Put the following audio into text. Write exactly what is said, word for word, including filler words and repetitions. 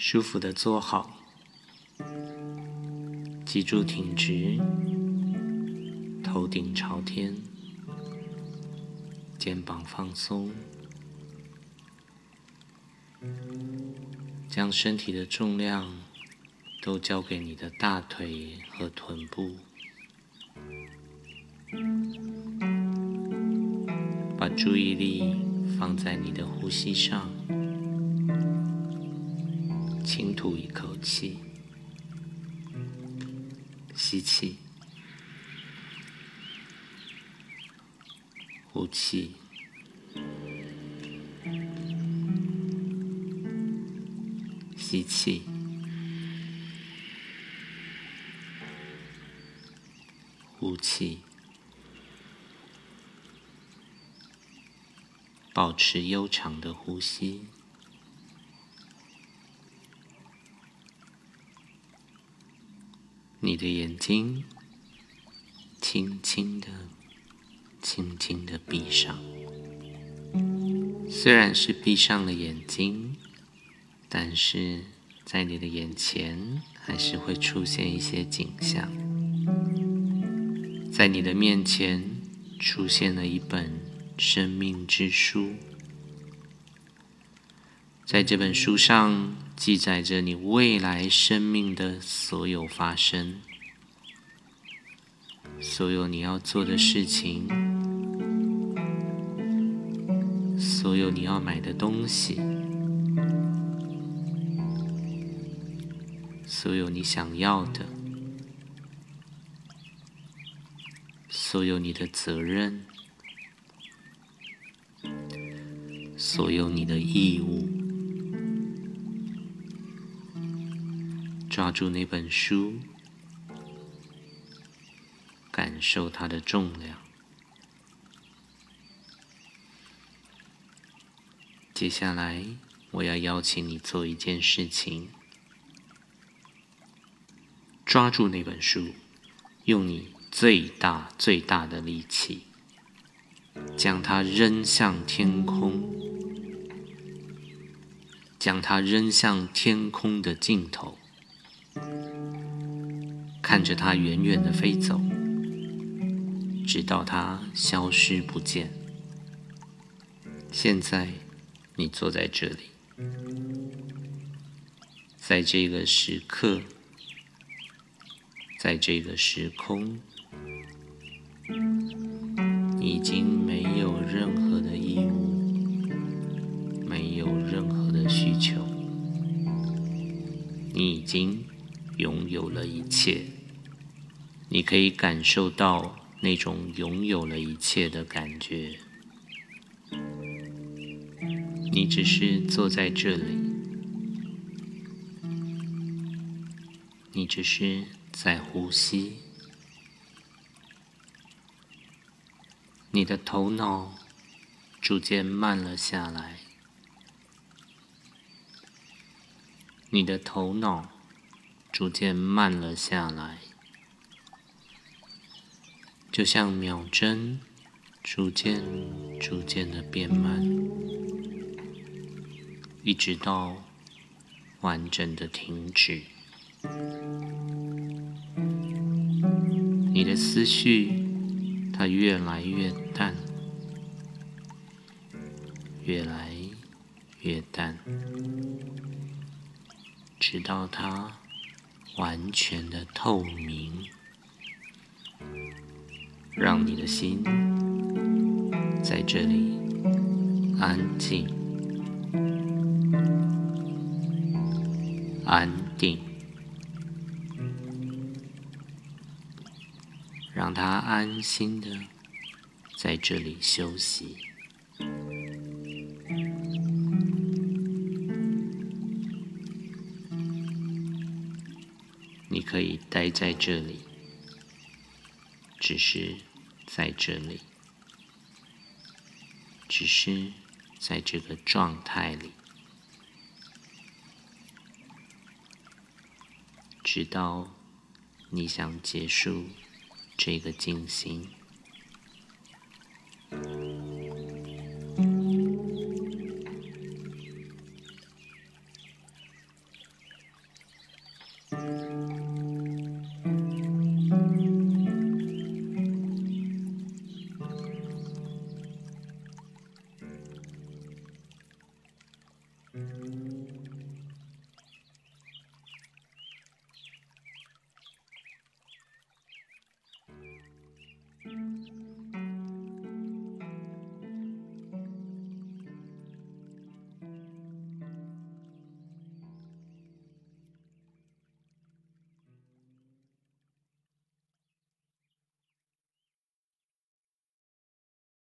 舒服的坐好，脊柱挺直，头顶朝天，肩膀放松，将身体的重量都交给你的大腿和臀部，把注意力放在你的呼吸上，轻吐一口气，吸气，呼气，吸气，呼气，保持悠长的呼吸。你的眼睛轻轻的、轻轻的闭上。虽然是闭上了眼睛，但是在你的眼前还是会出现一些景象。在你的面前出现了一本生命之书，在这本书上记载着你未来生命的所有发生，所有你要做的事情，所有你要买的东西，所有你想要的，所有你的责任，所有你的义务。抓住那本书，感受它的重量。接下来，我要邀请你做一件事情，抓住那本书，用你最大最大的力气，将它扔向天空，将它扔向天空的尽头，看着它远远的飞走，直到它消失不见。现在你坐在这里，在这个时刻，在这个时空，你已经没有任何的义务，没有任何的需求，你已经拥有了一切。你可以感受到那种拥有了一切的感觉。你只是坐在这里，你只是在呼吸。你的头脑逐渐慢了下来，你的头脑逐渐慢了下来，就像秒针逐渐逐渐的变慢，一直到完整的停止。你的思绪它越来越淡，越来越淡，直到它完全的透明，让你的心在这里安静、安定，让它安心的在这里休息。你可以待在这里，只是在这里，只是在这个状态里，直到你想结束这个静心。